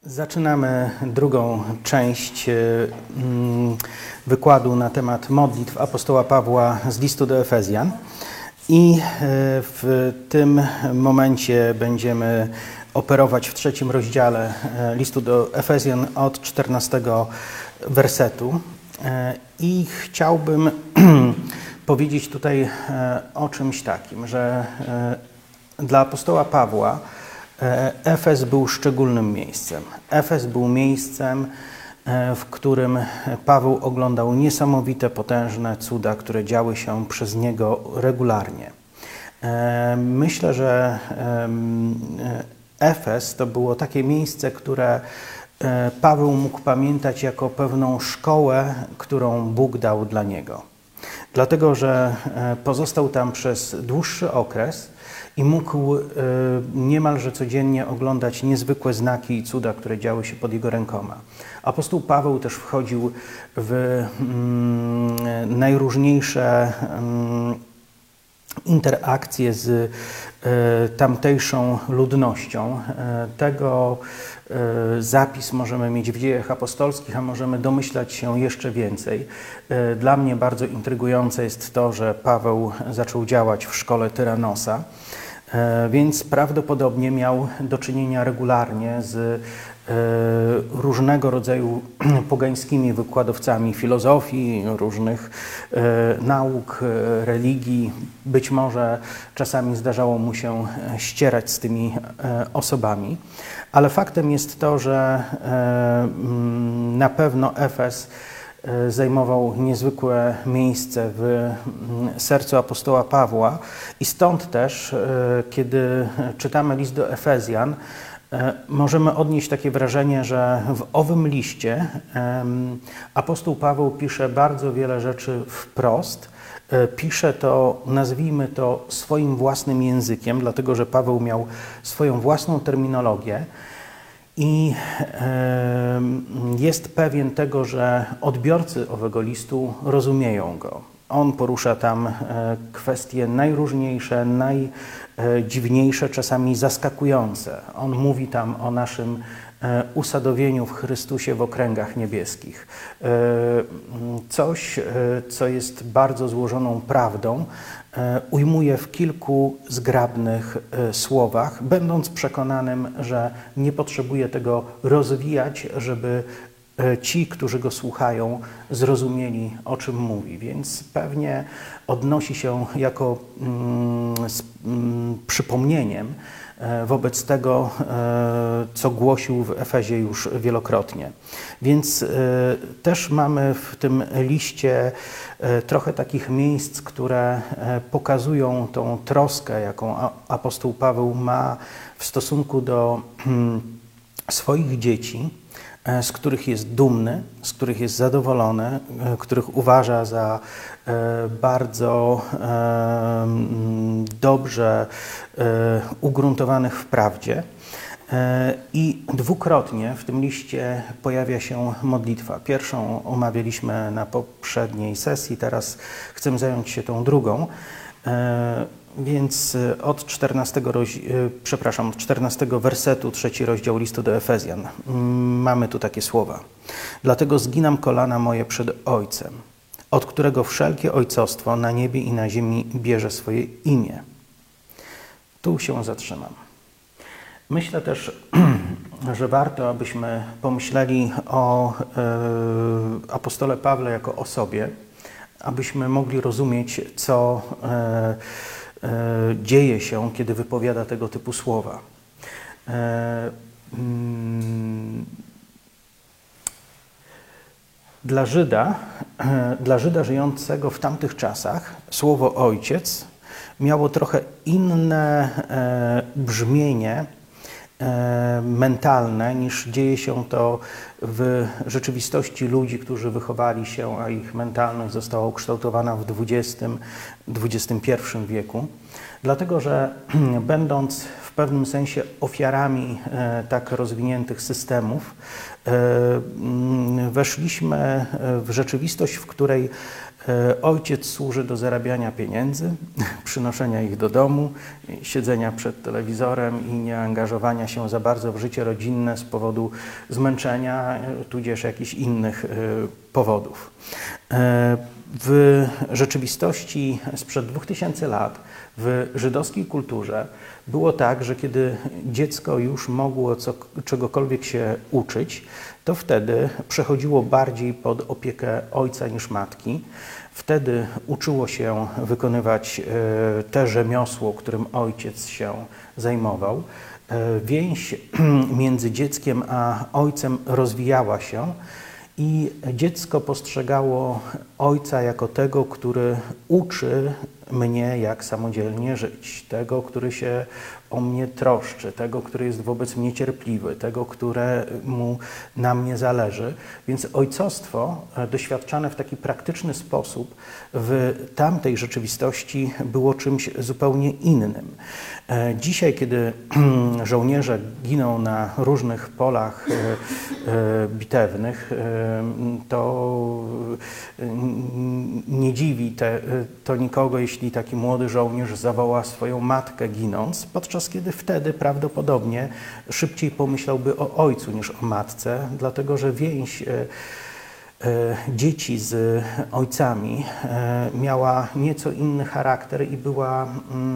Zaczynamy drugą część wykładu na temat modlitw apostoła Pawła z listu do Efezjan. I w tym momencie będziemy operować w trzecim rozdziale listu do Efezjan od 14 wersetu. I chciałbym powiedzieć tutaj o czymś takim, że dla apostoła Pawła Efes był szczególnym miejscem. Efes był miejscem, w którym Paweł oglądał niesamowite, potężne cuda, które działy się przez niego regularnie. Myślę, że Efes to było takie miejsce, które Paweł mógł pamiętać jako pewną szkołę, którą Bóg dał dla niego. Dlatego, że pozostał tam przez dłuższy okres i mógł niemalże codziennie oglądać niezwykłe znaki i cuda, które działy się pod jego rękoma. Apostoł Paweł też wchodził w najróżniejsze interakcje z tamtejszą ludnością. Tego zapis możemy mieć w Dziejach Apostolskich, a możemy domyślać się jeszcze więcej. Dla mnie bardzo intrygujące jest to, że Paweł zaczął działać w szkole Tyranosa, więc prawdopodobnie miał do czynienia regularnie z różnego rodzaju pogańskimi wykładowcami filozofii, różnych nauk, religii. Być może czasami zdarzało mu się ścierać z tymi osobami, ale faktem jest to, że na pewno Efes zajmował niezwykłe miejsce w sercu apostoła Pawła i stąd też, kiedy czytamy list do Efezjan, możemy odnieść takie wrażenie, że w owym liście apostoł Paweł pisze bardzo wiele rzeczy wprost. Pisze to, nazwijmy to, swoim własnym językiem, dlatego że Paweł miał swoją własną terminologię i jest pewien tego, że odbiorcy owego listu rozumieją go. On porusza tam kwestie najróżniejsze, najdziwniejsze, czasami zaskakujące. On mówi tam o naszym usadowieniu w Chrystusie w okręgach niebieskich. Coś, co jest bardzo złożoną prawdą, ujmuje w kilku zgrabnych słowach, będąc przekonanym, że nie potrzebuje tego rozwijać, żeby ci, którzy go słuchają, zrozumieli, o czym mówi. Więc pewnie odnosi się jako przypomnieniem wobec tego, co głosił w Efezie już wielokrotnie. Więc też mamy w tym liście trochę takich miejsc, które pokazują tą troskę, jaką apostoł Paweł ma w stosunku do swoich dzieci, z których jest dumny, z których jest zadowolony, których uważa za bardzo dobrze ugruntowanych w prawdzie. I dwukrotnie w tym liście pojawia się modlitwa. Pierwszą omawialiśmy na poprzedniej sesji, teraz chcę zająć się tą drugą. Więc od 14 wersetu, 3 rozdział listu do Efezjan, mamy tu takie słowa. Dlatego zginam kolana moje przed Ojcem, od którego wszelkie ojcostwo na niebie i na ziemi bierze swoje imię. Tu się zatrzymam. Myślę też, że warto, abyśmy pomyśleli o apostole Pawle jako osobie, abyśmy mogli rozumieć, co dzieje się, kiedy wypowiada tego typu słowa. Dla Żyda żyjącego w tamtych czasach słowo ojciec miało trochę inne brzmienie mentalne, niż dzieje się to w rzeczywistości ludzi, którzy wychowali się, a ich mentalność została ukształtowana w XX wieku. Dlatego, że będąc w pewnym sensie ofiarami tak rozwiniętych systemów, weszliśmy w rzeczywistość, w której Ojciec służy do zarabiania pieniędzy, przynoszenia ich do domu, siedzenia przed telewizorem i nie angażowania się za bardzo w życie rodzinne z powodu zmęczenia, tudzież jakichś innych powodów. W rzeczywistości sprzed 2000 lat w żydowskiej kulturze było tak, że kiedy dziecko już mogło czegokolwiek się uczyć, to wtedy przechodziło bardziej pod opiekę ojca niż matki. Wtedy uczyło się wykonywać te rzemiosło, którym ojciec się zajmował. Więź między dzieckiem a ojcem rozwijała się i dziecko postrzegało ojca jako tego, który uczy mnie, jak samodzielnie żyć, tego, który się o mnie troszczy, tego, który jest wobec mnie cierpliwy, tego, któremu na mnie zależy. Więc ojcostwo doświadczane w taki praktyczny sposób w tamtej rzeczywistości było czymś zupełnie innym. Dzisiaj, kiedy żołnierze giną na różnych polach bitewnych, to nie dziwi to nikogo, jeśli taki młody żołnierz zawoła swoją matkę ginąc, podczas kiedy wtedy prawdopodobnie szybciej pomyślałby o ojcu niż o matce, dlatego że więź dzieci z ojcami miała nieco inny charakter i była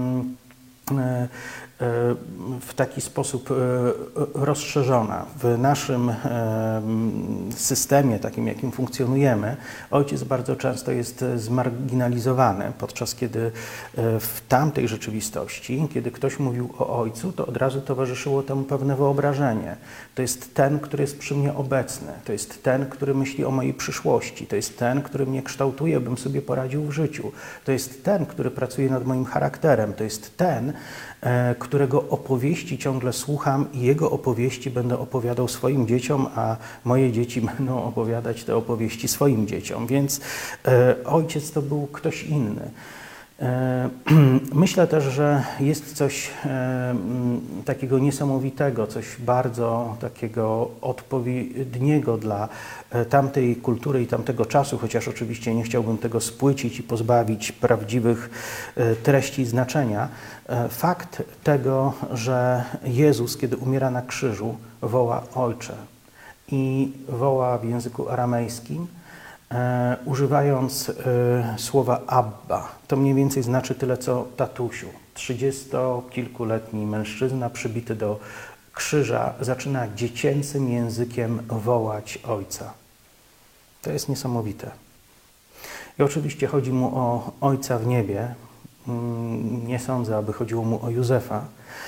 w taki sposób rozszerzona. W naszym systemie, takim jakim funkcjonujemy, ojciec bardzo często jest zmarginalizowany, podczas kiedy w tamtej rzeczywistości, kiedy ktoś mówił o ojcu, to od razu towarzyszyło temu pewne wyobrażenie. To jest ten, który jest przy mnie obecny, to jest ten, który myśli o mojej przyszłości, to jest ten, który mnie kształtuje, bym sobie poradził w życiu, to jest ten, który pracuje nad moim charakterem, to jest ten, którego opowieści ciągle słucham i jego opowieści będę opowiadał swoim dzieciom, a moje dzieci będą opowiadać te opowieści swoim dzieciom. Więc ojciec to był ktoś inny. Myślę też, że jest coś takiego niesamowitego, coś bardzo takiego odpowiedniego dla tamtej kultury i tamtego czasu, chociaż oczywiście nie chciałbym tego spłycić i pozbawić prawdziwych treści i znaczenia. Fakt tego, że Jezus, kiedy umiera na krzyżu, woła Ojcze i woła w języku aramejskim, używając słowa Abba. To mniej więcej znaczy tyle, co tatusiu. 30-kilkuletni mężczyzna przybity do krzyża zaczyna dziecięcym językiem wołać Ojca. To jest niesamowite. I oczywiście chodzi mu o Ojca w niebie. Nie sądzę, aby chodziło mu o Józefa,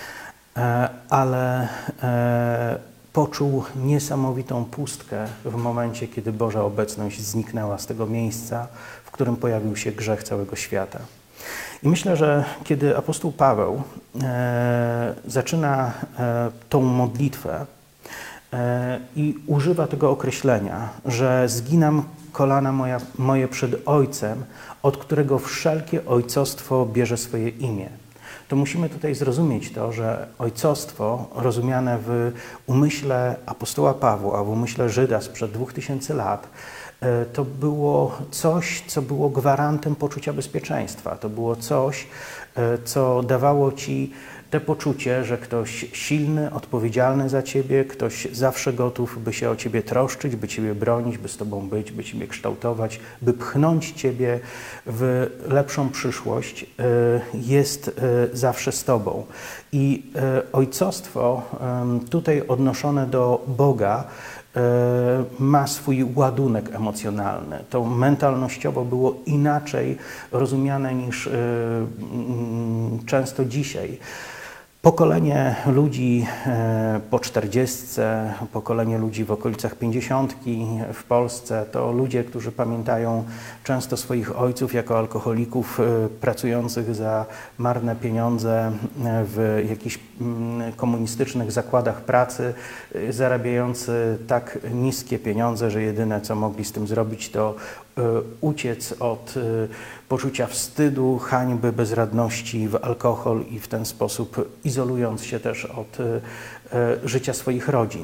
ale poczuł niesamowitą pustkę w momencie, kiedy Boża obecność zniknęła z tego miejsca, w którym pojawił się grzech całego świata. I myślę, że kiedy apostoł Paweł zaczyna tą modlitwę i używa tego określenia, że zginam kolana moje przed Ojcem, od którego wszelkie ojcostwo bierze swoje imię, to musimy tutaj zrozumieć to, że ojcostwo rozumiane w umyśle apostoła Pawła, a w umyśle Żyda sprzed 2000 lat, to było coś, co było gwarantem poczucia bezpieczeństwa. To było coś, co dawało ci te poczucie, że ktoś silny, odpowiedzialny za ciebie, ktoś zawsze gotów, by się o ciebie troszczyć, by ciebie bronić, by z tobą być, by ciebie kształtować, by pchnąć ciebie w lepszą przyszłość, jest zawsze z tobą. I ojcostwo tutaj odnoszone do Boga ma swój ładunek emocjonalny. To mentalnościowo było inaczej rozumiane niż często dzisiaj. Pokolenie ludzi po 40, pokolenie ludzi w okolicach 50 w Polsce to ludzie, którzy pamiętają często swoich ojców jako alkoholików pracujących za marne pieniądze w jakichś komunistycznych zakładach pracy, zarabiający tak niskie pieniądze, że jedyne co mogli z tym zrobić to uciec od poczucia wstydu, hańby, bezradności w alkohol i w ten sposób izolując się też od życia swoich rodzin.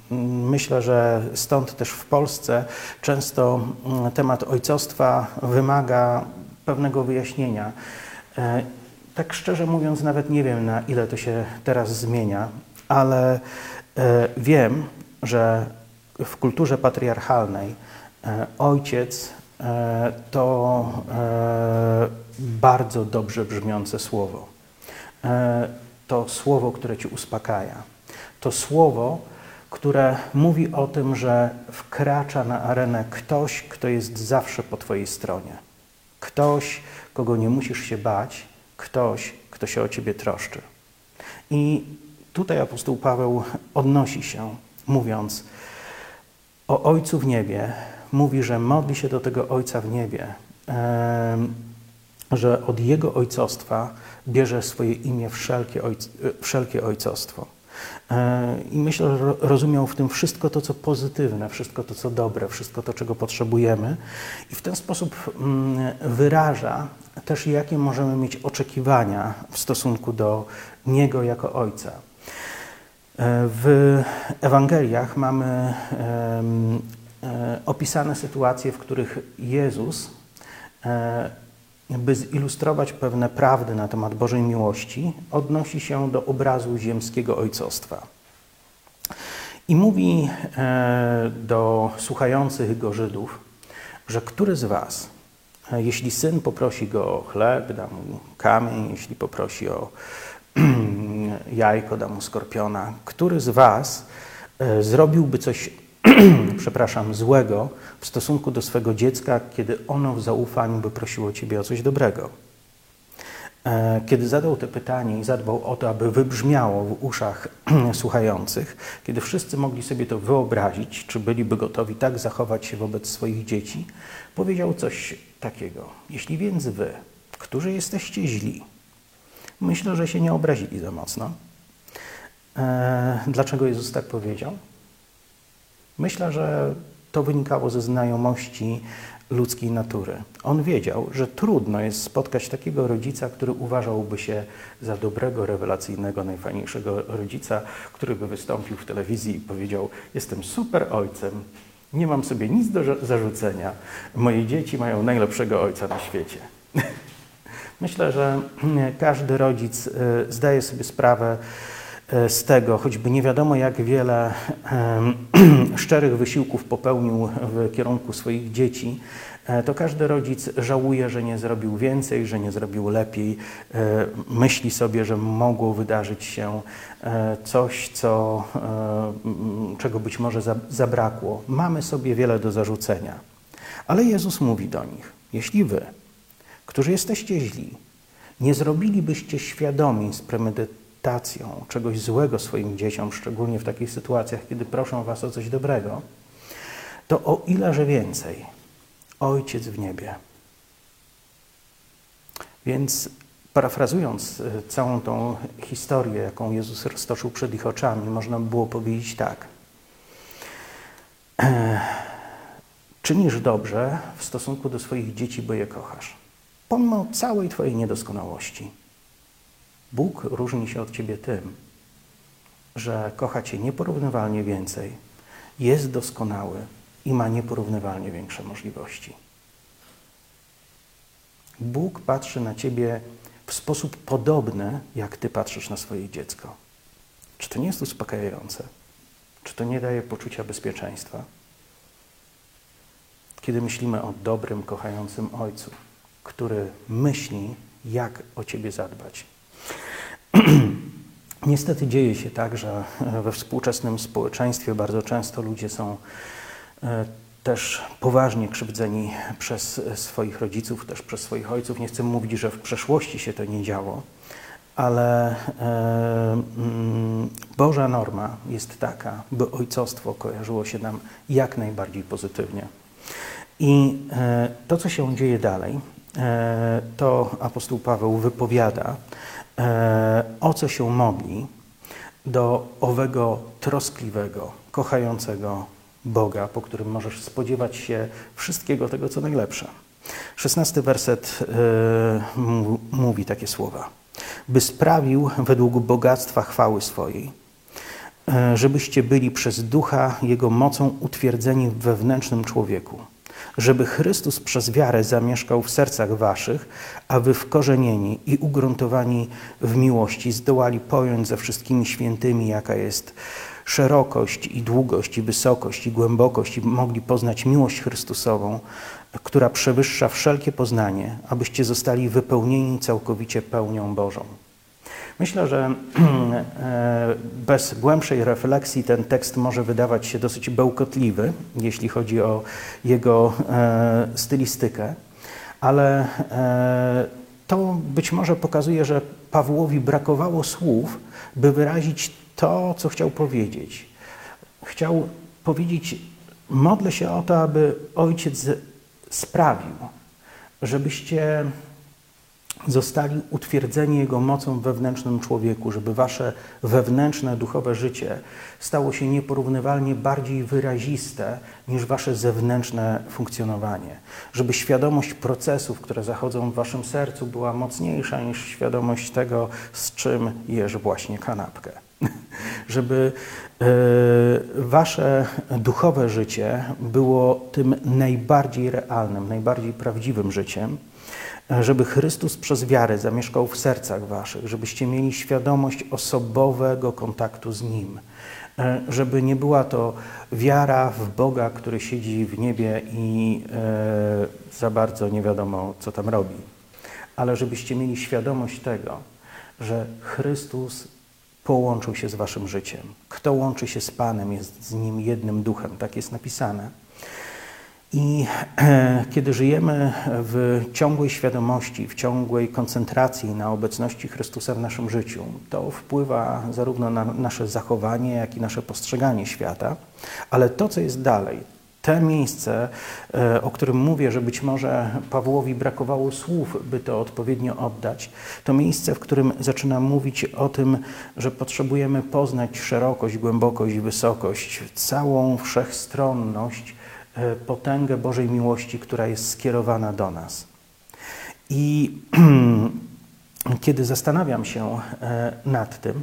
Myślę, że stąd też w Polsce często temat ojcostwa wymaga pewnego wyjaśnienia. Tak szczerze mówiąc, nawet nie wiem, na ile to się teraz zmienia, ale wiem, że w kulturze patriarchalnej ojciec to bardzo dobrze brzmiące słowo. To słowo, które ci uspokaja. To słowo, które mówi o tym, że wkracza na arenę ktoś, kto jest zawsze po twojej stronie. Ktoś, kogo nie musisz się bać, ktoś, kto się o ciebie troszczy. I tutaj apostoł Paweł odnosi się, mówiąc o Ojcu w niebie, mówi, że modli się do tego Ojca w niebie, że od Jego ojcostwa bierze swoje imię wszelkie ojcostwo. I myślę, że rozumiał w tym wszystko to, co pozytywne, wszystko to, co dobre, wszystko to, czego potrzebujemy. I w ten sposób wyraża też, jakie możemy mieć oczekiwania w stosunku do Niego jako Ojca. W Ewangeliach mamy opisane sytuacje, w których Jezus, by zilustrować pewne prawdy na temat Bożej miłości, odnosi się do obrazu ziemskiego ojcostwa. I mówi do słuchających go Żydów, że który z was, jeśli syn poprosi go o chleb, da mu kamień, jeśli poprosi o jajko, da mu skorpiona, który z was zrobiłby coś złego w stosunku do swego dziecka, kiedy ono w zaufaniu by prosiło ciebie o coś dobrego. Kiedy zadał to pytanie i zadbał o to, aby wybrzmiało w uszach słuchających, kiedy wszyscy mogli sobie to wyobrazić, czy byliby gotowi tak zachować się wobec swoich dzieci, powiedział coś takiego. Jeśli więc wy, którzy jesteście źli, myślę, że się nie obrazili za mocno. Dlaczego Jezus tak powiedział? Myślę, że to wynikało ze znajomości ludzkiej natury. On wiedział, że trudno jest spotkać takiego rodzica, który uważałby się za dobrego, rewelacyjnego, najfajniejszego rodzica, który by wystąpił w telewizji i powiedział: jestem super ojcem, nie mam sobie nic do zarzucenia, moje dzieci mają najlepszego ojca na świecie. Myślę, że każdy rodzic zdaje sobie sprawę z tego, choćby nie wiadomo jak wiele szczerych wysiłków popełnił w kierunku swoich dzieci, to każdy rodzic żałuje, że nie zrobił więcej, że nie zrobił lepiej. Myśli sobie, że mogło wydarzyć się coś, czego być może zabrakło. Mamy sobie wiele do zarzucenia. Ale Jezus mówi do nich: jeśli wy, którzy jesteście źli, nie zrobilibyście świadomie z premedytacją czegoś złego swoim dzieciom, szczególnie w takich sytuacjach, kiedy proszą was o coś dobrego, to o ileże więcej Ojciec w niebie. Więc parafrazując całą tą historię, jaką Jezus roztoczył przed ich oczami, można by było powiedzieć tak. Czynisz dobrze w stosunku do swoich dzieci, bo je kochasz. Pomimo całej twojej niedoskonałości. Bóg różni się od ciebie tym, że kocha cię nieporównywalnie więcej, jest doskonały i ma nieporównywalnie większe możliwości. Bóg patrzy na ciebie w sposób podobny, jak ty patrzysz na swoje dziecko. Czy to nie jest uspokajające? Czy to nie daje poczucia bezpieczeństwa? Kiedy myślimy o dobrym, kochającym Ojcu, który myśli, jak o ciebie zadbać. Niestety dzieje się tak, że we współczesnym społeczeństwie bardzo często ludzie są też poważnie krzywdzeni przez swoich rodziców, też przez swoich ojców. Nie chcę mówić, że w przeszłości się to nie działo, ale Boża norma jest taka, by ojcostwo kojarzyło się nam jak najbardziej pozytywnie. I to, co się dzieje dalej, to apostoł Paweł wypowiada, o co się modli do owego troskliwego, kochającego Boga, po którym możesz spodziewać się wszystkiego tego, co najlepsze. 16 werset mówi takie słowa. By sprawił według bogactwa chwały swojej, żebyście byli przez Ducha Jego mocą utwierdzeni w wewnętrznym człowieku, żeby Chrystus przez wiarę zamieszkał w sercach waszych, a wy wkorzenieni i ugruntowani w miłości zdołali pojąć ze wszystkimi świętymi, jaka jest szerokość i długość i wysokość i głębokość, i mogli poznać miłość Chrystusową, która przewyższa wszelkie poznanie, abyście zostali wypełnieni całkowicie pełnią Bożą. Myślę, że bez głębszej refleksji ten tekst może wydawać się dosyć bełkotliwy, jeśli chodzi o jego stylistykę, ale to być może pokazuje, że Pawłowi brakowało słów, by wyrazić to, co chciał powiedzieć. Chciał powiedzieć: modlę się o to, aby Ojciec sprawił, żebyście zostali utwierdzeni Jego mocą w wewnętrznym człowieku, żeby wasze wewnętrzne, duchowe życie stało się nieporównywalnie bardziej wyraziste niż wasze zewnętrzne funkcjonowanie. Żeby świadomość procesów, które zachodzą w waszym sercu, była mocniejsza niż świadomość tego, z czym jesz właśnie kanapkę. Żeby wasze duchowe życie było tym najbardziej realnym, najbardziej prawdziwym życiem, żeby Chrystus przez wiarę zamieszkał w sercach waszych, żebyście mieli świadomość osobowego kontaktu z Nim, żeby nie była to wiara w Boga, który siedzi w niebie i za bardzo nie wiadomo, co tam robi, ale żebyście mieli świadomość tego, że Chrystus połączył się z waszym życiem. Kto łączy się z Panem, jest z Nim jednym duchem. Tak jest napisane. I kiedy żyjemy w ciągłej świadomości, w ciągłej koncentracji na obecności Chrystusa w naszym życiu, to wpływa zarówno na nasze zachowanie, jak i nasze postrzeganie świata, ale to, co jest dalej, te miejsce, o którym mówię, że być może Pawłowi brakowało słów, by to odpowiednio oddać, to miejsce, w którym zaczyna mówić o tym, że potrzebujemy poznać szerokość, głębokość i wysokość, całą wszechstronność, potęgę Bożej miłości, która jest skierowana do nas. I kiedy zastanawiam się nad tym,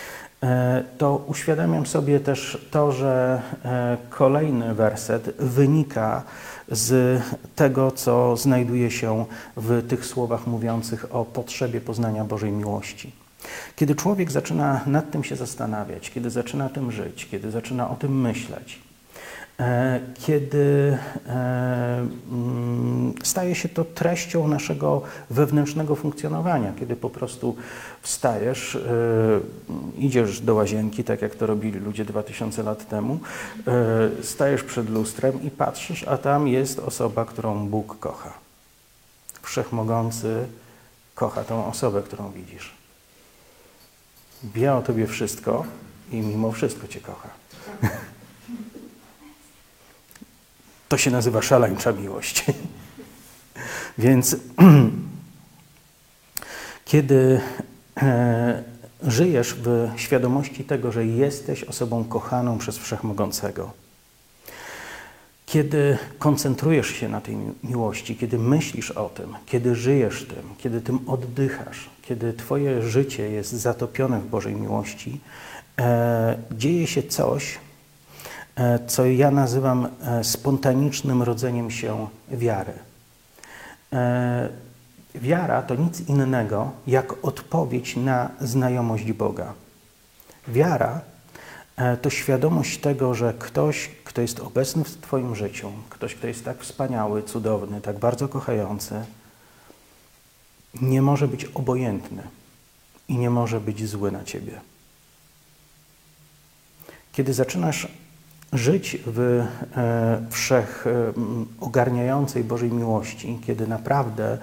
to uświadamiam sobie też to, że kolejny werset wynika z tego, co znajduje się w tych słowach mówiących o potrzebie poznania Bożej miłości. Kiedy człowiek zaczyna nad tym się zastanawiać, kiedy zaczyna tym żyć, kiedy zaczyna o tym myśleć, kiedy staje się to treścią naszego wewnętrznego funkcjonowania, kiedy po prostu wstajesz, idziesz do łazienki, tak jak to robili ludzie 2000 lat temu, stajesz przed lustrem i patrzysz, a tam jest osoba, którą Bóg kocha. Wszechmogący kocha tą osobę, którą widzisz. Wie o tobie wszystko i mimo wszystko cię kocha. To się nazywa szaleńcza miłość. Więc kiedy żyjesz w świadomości tego, że jesteś osobą kochaną przez Wszechmogącego, kiedy koncentrujesz się na tej miłości, kiedy myślisz o tym, kiedy żyjesz tym, kiedy tym oddychasz, kiedy twoje życie jest zatopione w Bożej miłości, dzieje się coś, co ja nazywam spontanicznym rodzeniem się wiary. Wiara to nic innego jak odpowiedź na znajomość Boga. Wiara to świadomość tego, że ktoś, kto jest obecny w twoim życiu, ktoś, kto jest tak wspaniały, cudowny, tak bardzo kochający, nie może być obojętny i nie może być zły na ciebie. Kiedy zaczynasz żyć w wszechogarniającej Bożej miłości, kiedy naprawdę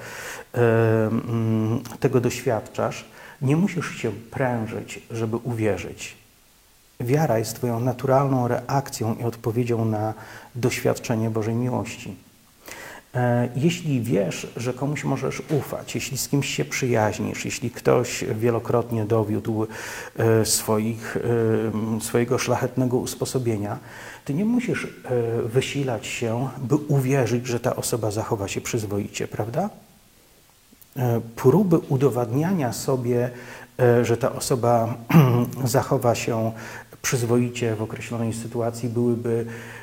tego doświadczasz, nie musisz się prężyć, żeby uwierzyć. Wiara jest twoją naturalną reakcją i odpowiedzią na doświadczenie Bożej miłości. Jeśli wiesz, że komuś możesz ufać, jeśli z kimś się przyjaźnisz, jeśli ktoś wielokrotnie dowiódł swojego szlachetnego usposobienia, ty nie musisz wysilać się, by uwierzyć, że ta osoba zachowa się przyzwoicie, prawda? Próby udowadniania sobie, że ta osoba zachowa się przyzwoicie w określonej sytuacji, byłyby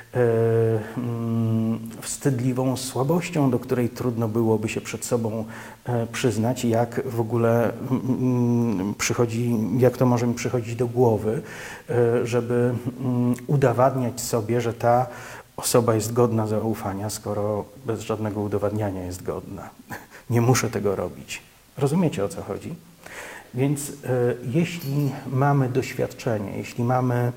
wstydliwą słabością, do której trudno byłoby się przed sobą przyznać, jak w ogóle jak to może mi przychodzić do głowy, żeby udowadniać sobie, że ta osoba jest godna zaufania, skoro bez żadnego udowadniania jest godna. Nie muszę tego robić. Rozumiecie, o co chodzi? Więc jeśli mamy doświadczenie, jeśli mamy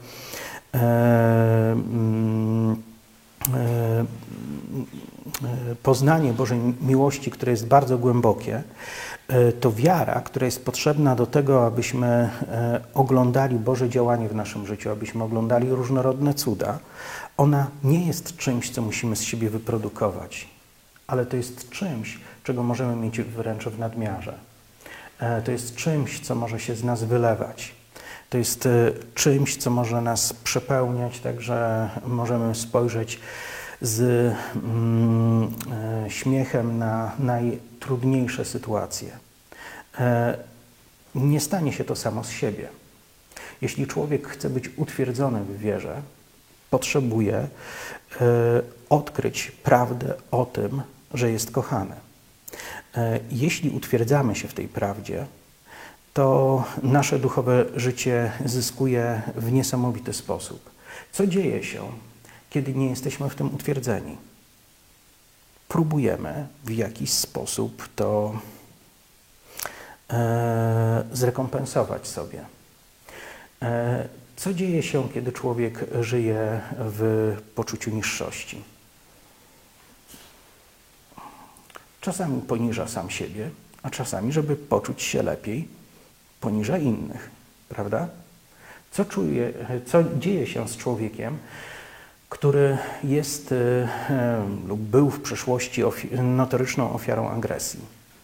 poznanie Bożej miłości, które jest bardzo głębokie, to wiara, która jest potrzebna do tego, abyśmy oglądali Boże działanie w naszym życiu, abyśmy oglądali różnorodne cuda, ona nie jest czymś, co musimy z siebie wyprodukować, ale to jest czymś, czego możemy mieć wręcz w nadmiarze. To jest czymś, co może się z nas wylewać. To jest czymś, co może nas przepełniać, tak że możemy spojrzeć z śmiechem na najtrudniejsze sytuacje. Nie stanie się to samo z siebie. Jeśli człowiek chce być utwierdzony w wierze, potrzebuje odkryć prawdę o tym, że jest kochany. Jeśli utwierdzamy się w tej prawdzie, to nasze duchowe życie zyskuje w niesamowity sposób. Co dzieje się, kiedy nie jesteśmy w tym utwierdzeni? Próbujemy w jakiś sposób to zrekompensować sobie. Co dzieje się, kiedy człowiek żyje w poczuciu niższości? Czasami poniża sam siebie, a czasami, żeby poczuć się lepiej, poniża innych, prawda? Co dzieje się z człowiekiem, który jest lub był w przeszłości notoryczną ofiarą agresji?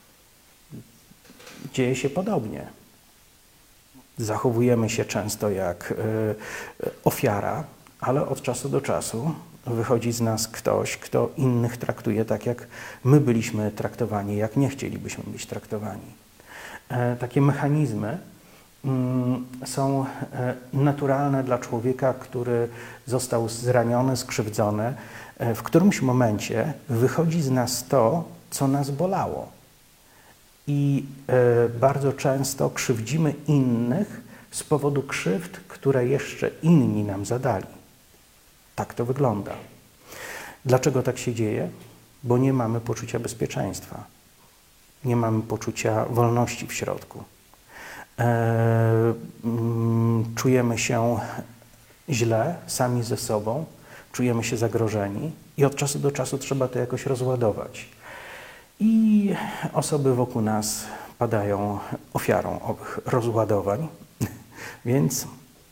Dzieje się podobnie. Zachowujemy się często jak ofiara, ale od czasu do czasu wychodzi z nas ktoś, kto innych traktuje tak, jak my byliśmy traktowani, jak nie chcielibyśmy być traktowani. Takie mechanizmy są naturalne dla człowieka, który został zraniony, skrzywdzony. W którymś momencie wychodzi z nas to, co nas bolało. I bardzo często krzywdzimy innych z powodu krzywd, które jeszcze inni nam zadali. Tak to wygląda. Dlaczego tak się dzieje? Bo nie mamy poczucia bezpieczeństwa. Nie mamy poczucia wolności w środku. Czujemy się źle, sami ze sobą, czujemy się zagrożeni i od czasu do czasu trzeba to jakoś rozładować. I osoby wokół nas padają ofiarą owych rozładowań, więc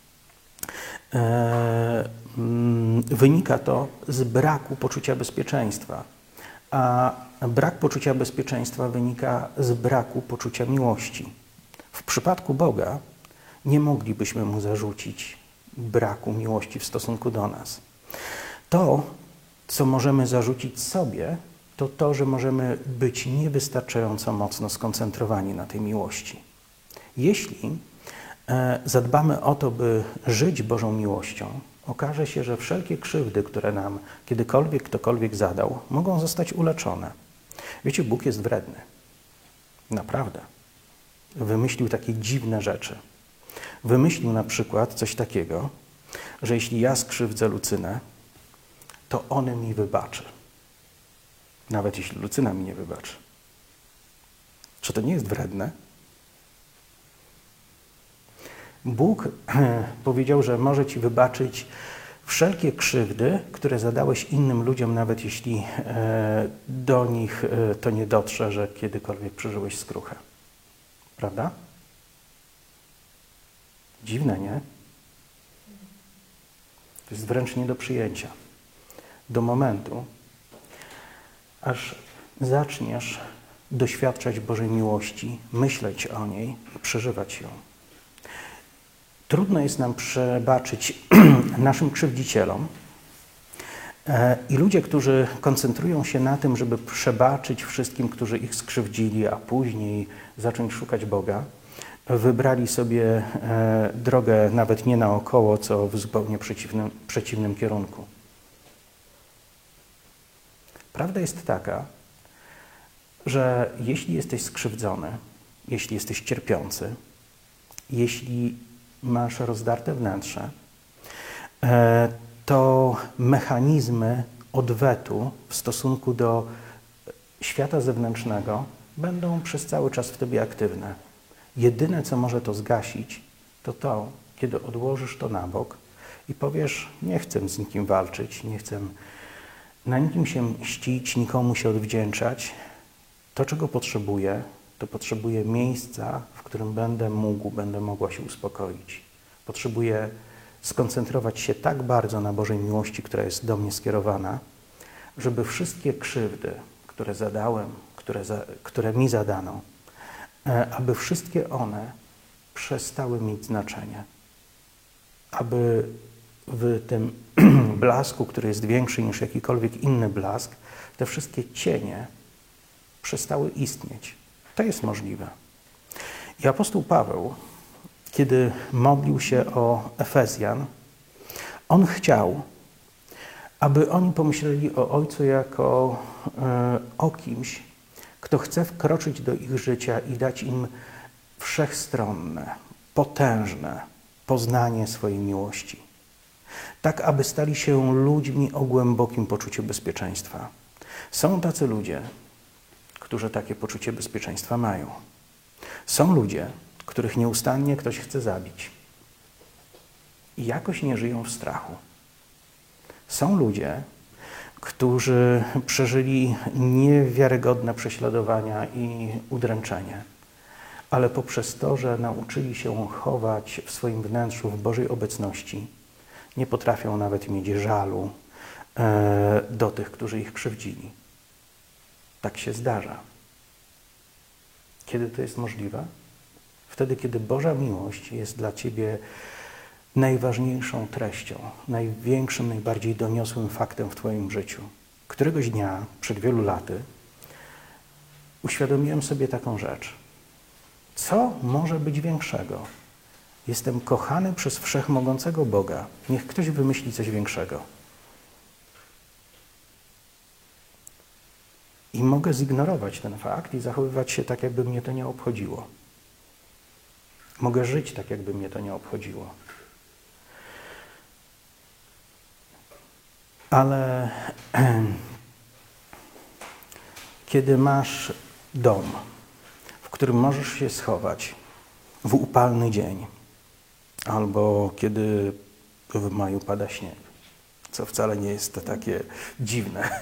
wynika to z braku poczucia bezpieczeństwa. A brak poczucia bezpieczeństwa wynika z braku poczucia miłości. W przypadku Boga nie moglibyśmy Mu zarzucić braku miłości w stosunku do nas. To, co możemy zarzucić sobie, to to, że możemy być niewystarczająco mocno skoncentrowani na tej miłości. Jeśli zadbamy o to, by żyć Bożą miłością, okaże się, że wszelkie krzywdy, które nam kiedykolwiek ktokolwiek zadał, mogą zostać uleczone. Wiecie, Bóg jest wredny. Naprawdę. Wymyślił takie dziwne rzeczy. Wymyślił na przykład coś takiego, że jeśli ja skrzywdzę Lucynę, to on mi wybaczy. Nawet jeśli Lucyna mi nie wybaczy. Czy to nie jest wredne? Bóg powiedział, że może ci wybaczyć wszelkie krzywdy, które zadałeś innym ludziom, nawet jeśli do nich to nie dotrze, że kiedykolwiek przeżyłeś skruchę. Prawda? Dziwne, nie? To jest wręcz nie do przyjęcia. Do momentu, aż zaczniesz doświadczać Bożej miłości, myśleć o niej i przeżywać ją. Trudno jest nam przebaczyć naszym krzywdzicielom i ludzie, którzy koncentrują się na tym, żeby przebaczyć wszystkim, którzy ich skrzywdzili, a później zacząć szukać Boga, wybrali sobie drogę nawet nie naokoło, co w zupełnie przeciwnym kierunku. Prawda jest taka, że jeśli jesteś skrzywdzony, jeśli jesteś cierpiący, jeśli masz rozdarte wnętrze, to mechanizmy odwetu w stosunku do świata zewnętrznego będą przez cały czas w tobie aktywne. Jedyne, co może to zgasić, to, kiedy odłożysz to na bok i powiesz, nie chcę z nikim walczyć, nie chcę na nikim się mścić, nikomu się odwdzięczać. To, czego potrzebuję, to potrzebuję miejsca, w którym będę mogła się uspokoić. Potrzebuję skoncentrować się tak bardzo na Bożej miłości, która jest do mnie skierowana, żeby wszystkie krzywdy, które zadałem, które mi zadano, aby wszystkie one przestały mieć znaczenie. Aby w tym blasku, który jest większy niż jakikolwiek inny blask, te wszystkie cienie przestały istnieć. To jest możliwe. I apostoł Paweł, kiedy modlił się o Efezjan, on chciał, aby oni pomyśleli o Ojcu jako o kimś, kto chce wkroczyć do ich życia i dać im wszechstronne, potężne poznanie swojej miłości. Tak, aby stali się ludźmi o głębokim poczuciu bezpieczeństwa. Są tacy ludzie, którzy takie poczucie bezpieczeństwa mają. Są ludzie, których nieustannie ktoś chce zabić i jakoś nie żyją w strachu. Są ludzie, którzy przeżyli niewiarygodne prześladowania i udręczenie, ale poprzez to, że nauczyli się chować w swoim wnętrzu w Bożej obecności, nie potrafią nawet mieć żalu do tych, którzy ich krzywdzili. Tak się zdarza. Kiedy to jest możliwe? Wtedy, kiedy Boża miłość jest dla ciebie najważniejszą treścią, największym, najbardziej doniosłym faktem w twoim życiu. Któregoś dnia, przed wielu laty, uświadomiłem sobie taką rzecz. Co może być większego? Jestem kochany przez wszechmogącego Boga. Niech ktoś wymyśli coś większego. I mogę zignorować ten fakt i zachowywać się tak, jakby mnie to nie obchodziło. Mogę żyć tak, jakby mnie to nie obchodziło. Ale kiedy masz dom, w którym możesz się schować w upalny dzień, albo kiedy w maju pada śnieg, co wcale nie jest to takie dziwne,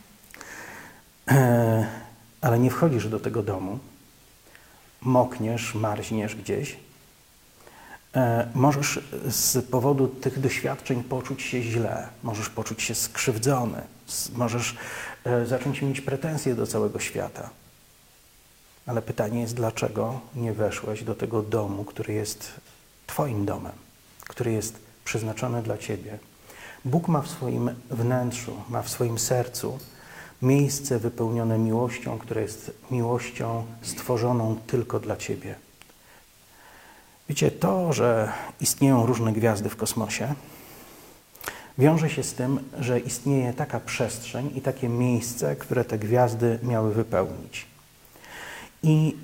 ale nie wchodzisz do tego domu, mokniesz, marzniesz gdzieś, możesz z powodu tych doświadczeń poczuć się źle, możesz poczuć się skrzywdzony, możesz zacząć mieć pretensje do całego świata. Ale pytanie jest, dlaczego nie weszłeś do tego domu, który jest twoim domem, który jest przeznaczony dla ciebie. Bóg ma w swoim wnętrzu, ma w swoim sercu miejsce wypełnione miłością, która jest miłością stworzoną tylko dla ciebie. Wiecie, to, że istnieją różne gwiazdy w kosmosie, wiąże się z tym, że istnieje taka przestrzeń i takie miejsce, które te gwiazdy miały wypełnić. I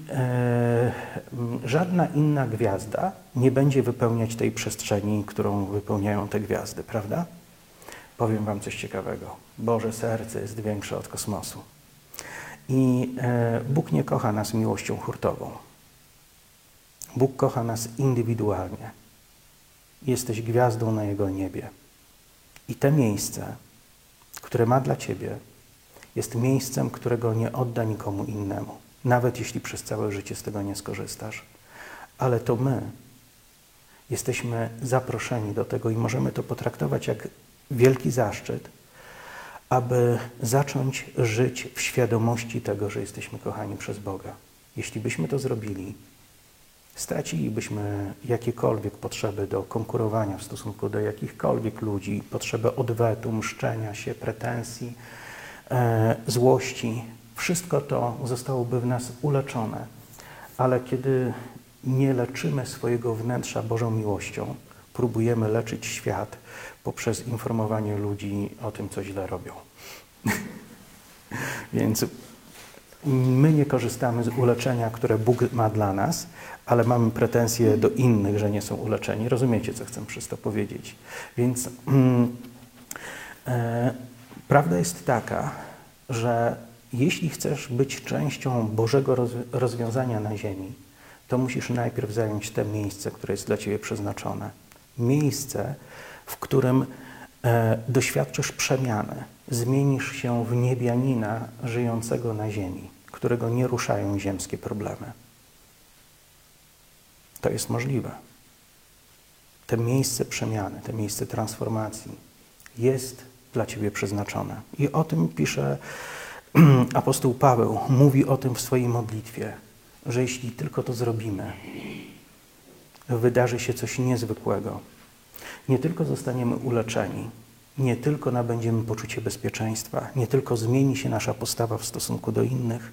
żadna inna gwiazda nie będzie wypełniać tej przestrzeni, którą wypełniają te gwiazdy, prawda? Powiem wam coś ciekawego. Boże serce jest większe od kosmosu. I Bóg nie kocha nas miłością hurtową. Bóg kocha nas indywidualnie. Jesteś gwiazdą na Jego niebie. I te miejsce, które ma dla ciebie, jest miejscem, którego nie odda nikomu innemu. Nawet jeśli przez całe życie z tego nie skorzystasz. Ale to my jesteśmy zaproszeni do tego i możemy to potraktować jak wielki zaszczyt, aby zacząć żyć w świadomości tego, że jesteśmy kochani przez Boga. Jeśli byśmy to zrobili, stracilibyśmy jakiekolwiek potrzeby do konkurowania w stosunku do jakichkolwiek ludzi, potrzeby odwetu, mszczenia się, pretensji, złości. Wszystko to zostałoby w nas uleczone. Ale kiedy nie leczymy swojego wnętrza Bożą miłością, próbujemy leczyć świat poprzez informowanie ludzi o tym, co źle robią. Więc my nie korzystamy z uleczenia, które Bóg ma dla nas, ale mamy pretensje do innych, że nie są uleczeni. Rozumiecie, co chcę przez to powiedzieć? Więc prawda jest taka, że jeśli chcesz być częścią Bożego rozwiązania na ziemi, to musisz najpierw zająć te miejsce, które jest dla ciebie przeznaczone. Miejsce, w którym doświadczysz przemiany. Zmienisz się w niebianina żyjącego na ziemi, którego nie ruszają ziemskie problemy. To jest możliwe. To miejsce przemiany, to miejsce transformacji jest dla ciebie przeznaczone. I o tym pisze apostoł Paweł. Mówi o tym w swojej modlitwie, że jeśli tylko to zrobimy, wydarzy się coś niezwykłego. Nie tylko zostaniemy uleczeni, nie tylko nabędziemy poczucie bezpieczeństwa, nie tylko zmieni się nasza postawa w stosunku do innych,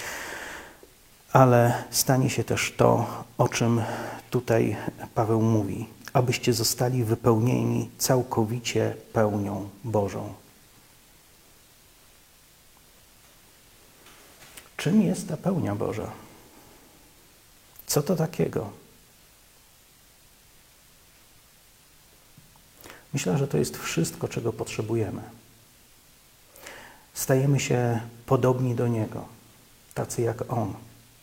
ale stanie się też to, o czym tutaj Paweł mówi, abyście zostali wypełnieni całkowicie pełnią Bożą. Czym jest ta pełnia Boża? Co to takiego? Myślę, że to jest wszystko, czego potrzebujemy. Stajemy się podobni do Niego, tacy jak On.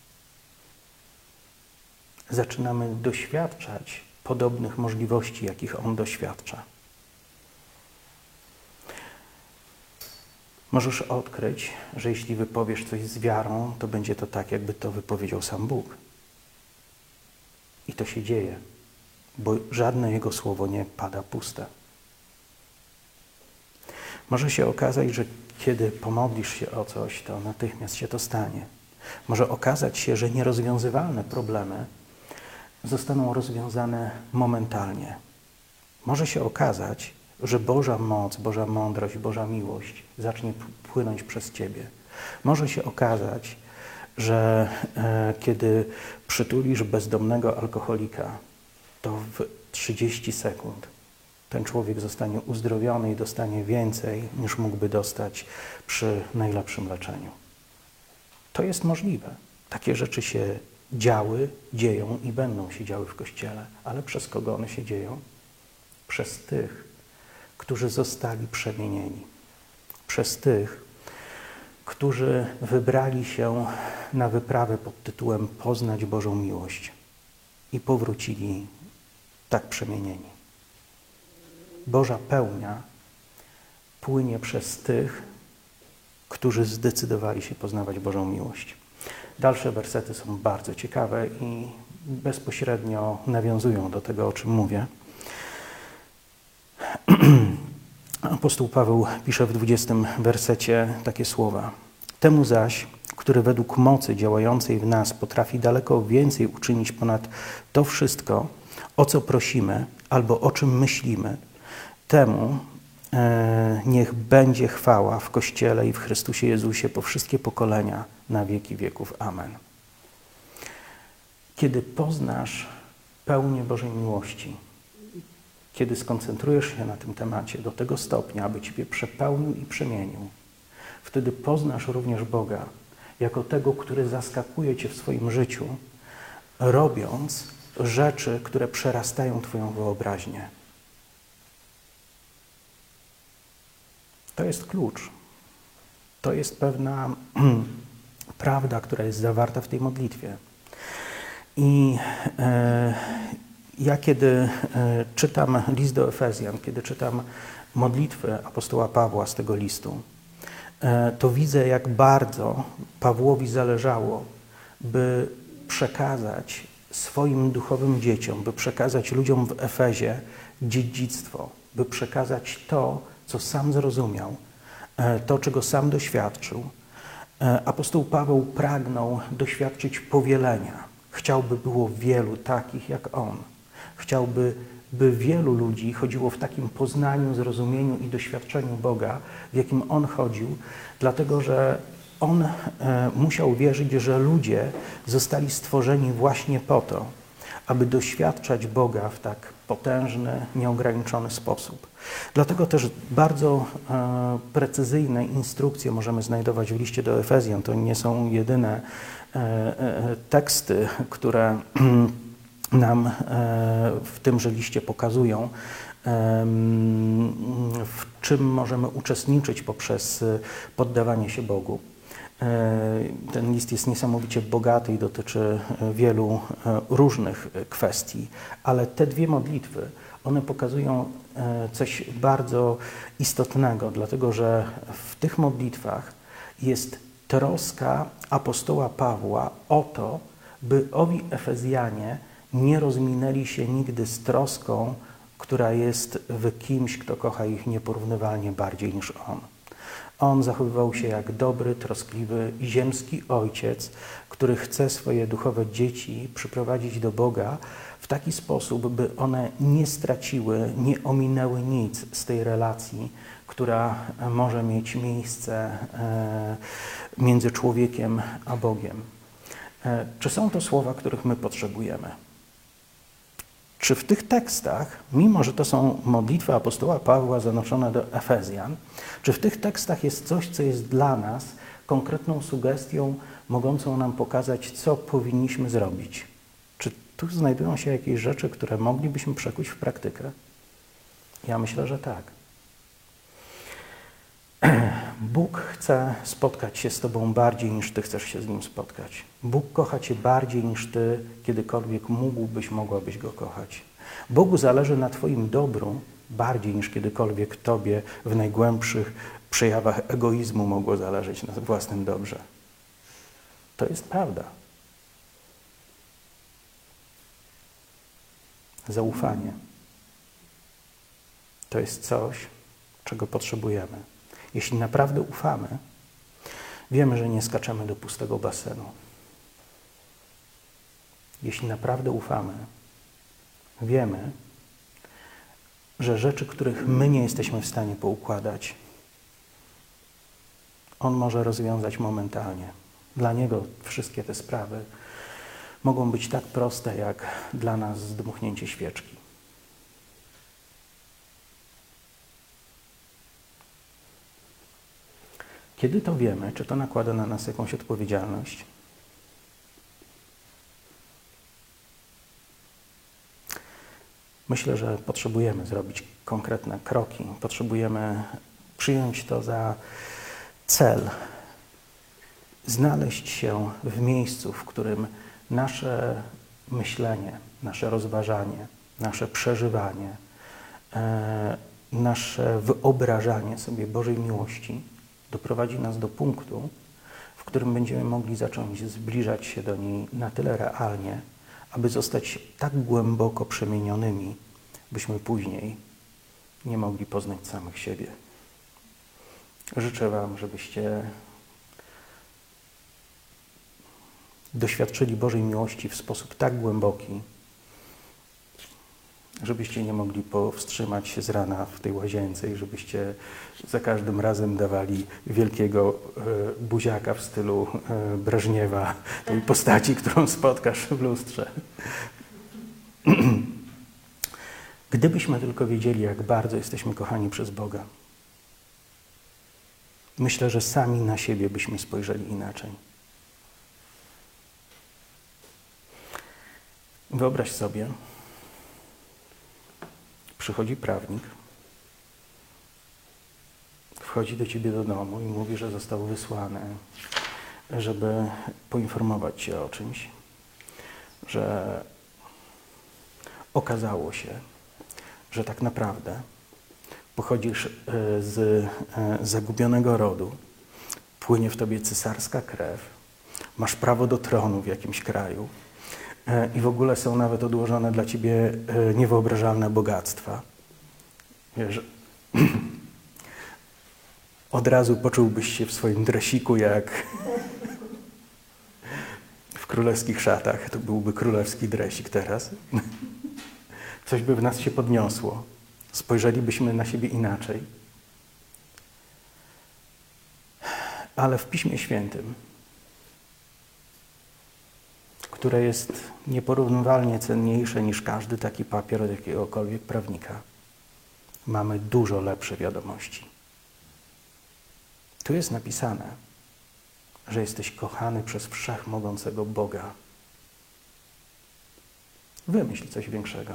Zaczynamy doświadczać podobnych możliwości, jakich On doświadcza. Możesz odkryć, że jeśli wypowiesz coś z wiarą, to będzie to tak, jakby to wypowiedział sam Bóg. I to się dzieje, bo żadne Jego słowo nie pada puste. Może się okazać, że kiedy pomodlisz się o coś, to natychmiast się to stanie. Może okazać się, że nierozwiązywalne problemy zostaną rozwiązane momentalnie. Może się okazać, że Boża moc, Boża mądrość, Boża miłość zacznie płynąć przez ciebie. Może się okazać, że kiedy przytulisz bezdomnego alkoholika, to w 30 sekund ten człowiek zostanie uzdrowiony i dostanie więcej, niż mógłby dostać przy najlepszym leczeniu. To jest możliwe. Takie rzeczy się działy, dzieją i będą się działy w Kościele. Ale przez kogo one się dzieją? Przez tych, którzy zostali przemienieni. Przez tych, którzy wybrali się na wyprawę pod tytułem Poznać Bożą miłość i powrócili tak przemienieni. Boża pełnia płynie przez tych, którzy zdecydowali się poznawać Bożą miłość. Dalsze wersety są bardzo ciekawe i bezpośrednio nawiązują do tego, o czym mówię. Apostoł Paweł pisze w 20 wersecie takie słowa. Temu zaś, który według mocy działającej w nas potrafi daleko więcej uczynić ponad to wszystko, o co prosimy albo o czym myślimy, temu niech będzie chwała w Kościele i w Chrystusie Jezusie po wszystkie pokolenia na wieki wieków. Amen. Kiedy poznasz pełnię Bożej miłości, kiedy skoncentrujesz się na tym temacie do tego stopnia, aby ciebie przepełnił i przemienił, wtedy poznasz również Boga jako tego, który zaskakuje cię w swoim życiu, robiąc rzeczy, które przerastają twoją wyobraźnię. To jest klucz. To jest pewna prawda, która jest zawarta w tej modlitwie. I ja kiedy czytam list do Efezjan, kiedy czytam modlitwę apostoła Pawła z tego listu, to widzę, jak bardzo Pawłowi zależało, by przekazać swoim duchowym dzieciom, by przekazać ludziom w Efezie dziedzictwo, by przekazać to, co sam zrozumiał, to, czego sam doświadczył. Apostoł Paweł pragnął doświadczyć powielenia. Chciałby było wielu takich jak on. Chciałby, by wielu ludzi chodziło w takim poznaniu, zrozumieniu i doświadczeniu Boga, w jakim on chodził, dlatego że on musiał wierzyć, że ludzie zostali stworzeni właśnie po to, aby doświadczać Boga w tak potężny, nieograniczony sposób. Dlatego też bardzo precyzyjne instrukcje możemy znajdować w liście do Efezjan. To nie są jedyne teksty, które nam w tymże liście pokazują, w czym możemy uczestniczyć poprzez poddawanie się Bogu. Ten list jest niesamowicie bogaty i dotyczy wielu różnych kwestii, ale te dwie modlitwy, one pokazują coś bardzo istotnego, dlatego że w tych modlitwach jest troska apostoła Pawła o to, by owi Efezjanie nie rozminęli się nigdy z troską, która jest w kimś, kto kocha ich nieporównywalnie bardziej niż on. On zachowywał się jak dobry, troskliwy, ziemski ojciec, który chce swoje duchowe dzieci przyprowadzić do Boga w taki sposób, by one nie straciły, nie ominęły nic z tej relacji, która może mieć miejsce między człowiekiem a Bogiem. Czy są to słowa, których my potrzebujemy? Czy w tych tekstach, mimo że to są modlitwy apostoła Pawła zanoszone do Efezjan, czy w tych tekstach jest coś, co jest dla nas konkretną sugestią, mogącą nam pokazać, co powinniśmy zrobić? Czy tu znajdują się jakieś rzeczy, które moglibyśmy przekuć w praktykę? Ja myślę, że tak. Bóg chce spotkać się z Tobą bardziej, niż Ty chcesz się z Nim spotkać. Bóg kocha Cię bardziej, niż Ty kiedykolwiek mogłabyś Go kochać. Bogu zależy na Twoim dobru bardziej, niż kiedykolwiek Tobie w najgłębszych przejawach egoizmu mogło zależeć na własnym dobrze. To jest prawda. Zaufanie. To jest coś, czego potrzebujemy. Jeśli naprawdę ufamy, wiemy, że nie skaczemy do pustego basenu. Jeśli naprawdę ufamy, wiemy, że rzeczy, których my nie jesteśmy w stanie poukładać, On może rozwiązać momentalnie. Dla Niego wszystkie te sprawy mogą być tak proste, jak dla nas zdmuchnięcie świeczki. Kiedy to wiemy, czy to nakłada na nas jakąś odpowiedzialność? Myślę, że potrzebujemy zrobić konkretne kroki. Potrzebujemy przyjąć to za cel. Znaleźć się w miejscu, w którym nasze myślenie, nasze rozważanie, nasze przeżywanie, nasze wyobrażanie sobie Bożej miłości doprowadzi nas do punktu, w którym będziemy mogli zacząć zbliżać się do niej na tyle realnie, aby zostać tak głęboko przemienionymi, byśmy później nie mogli poznać samych siebie. Życzę Wam, żebyście doświadczyli Bożej miłości w sposób tak głęboki, żebyście nie mogli powstrzymać się z rana w tej łazience i żebyście za każdym razem dawali wielkiego buziaka w stylu Breżniewa, tej postaci, którą spotkasz w lustrze. Gdybyśmy tylko wiedzieli, jak bardzo jesteśmy kochani przez Boga, myślę, że sami na siebie byśmy spojrzeli inaczej. Wyobraź sobie, przychodzi prawnik, wchodzi do ciebie do domu i mówi, że został wysłany, żeby poinformować cię o czymś, że okazało się, że tak naprawdę pochodzisz z zagubionego rodu, płynie w tobie cesarska krew, masz prawo do tronu w jakimś kraju i w ogóle są nawet odłożone dla ciebie niewyobrażalne bogactwa. Wiesz, od razu poczułbyś się w swoim dresiku jak w królewskich szatach. To byłby królewski dresik teraz. Coś by w nas się podniosło. Spojrzelibyśmy na siebie inaczej. Ale w Piśmie Świętym, które jest nieporównywalnie cenniejsze niż każdy taki papier od jakiegokolwiek prawnika, mamy dużo lepsze wiadomości. Tu jest napisane, że jesteś kochany przez wszechmogącego Boga. Wymyśl coś większego.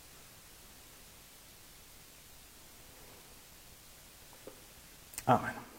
Amen.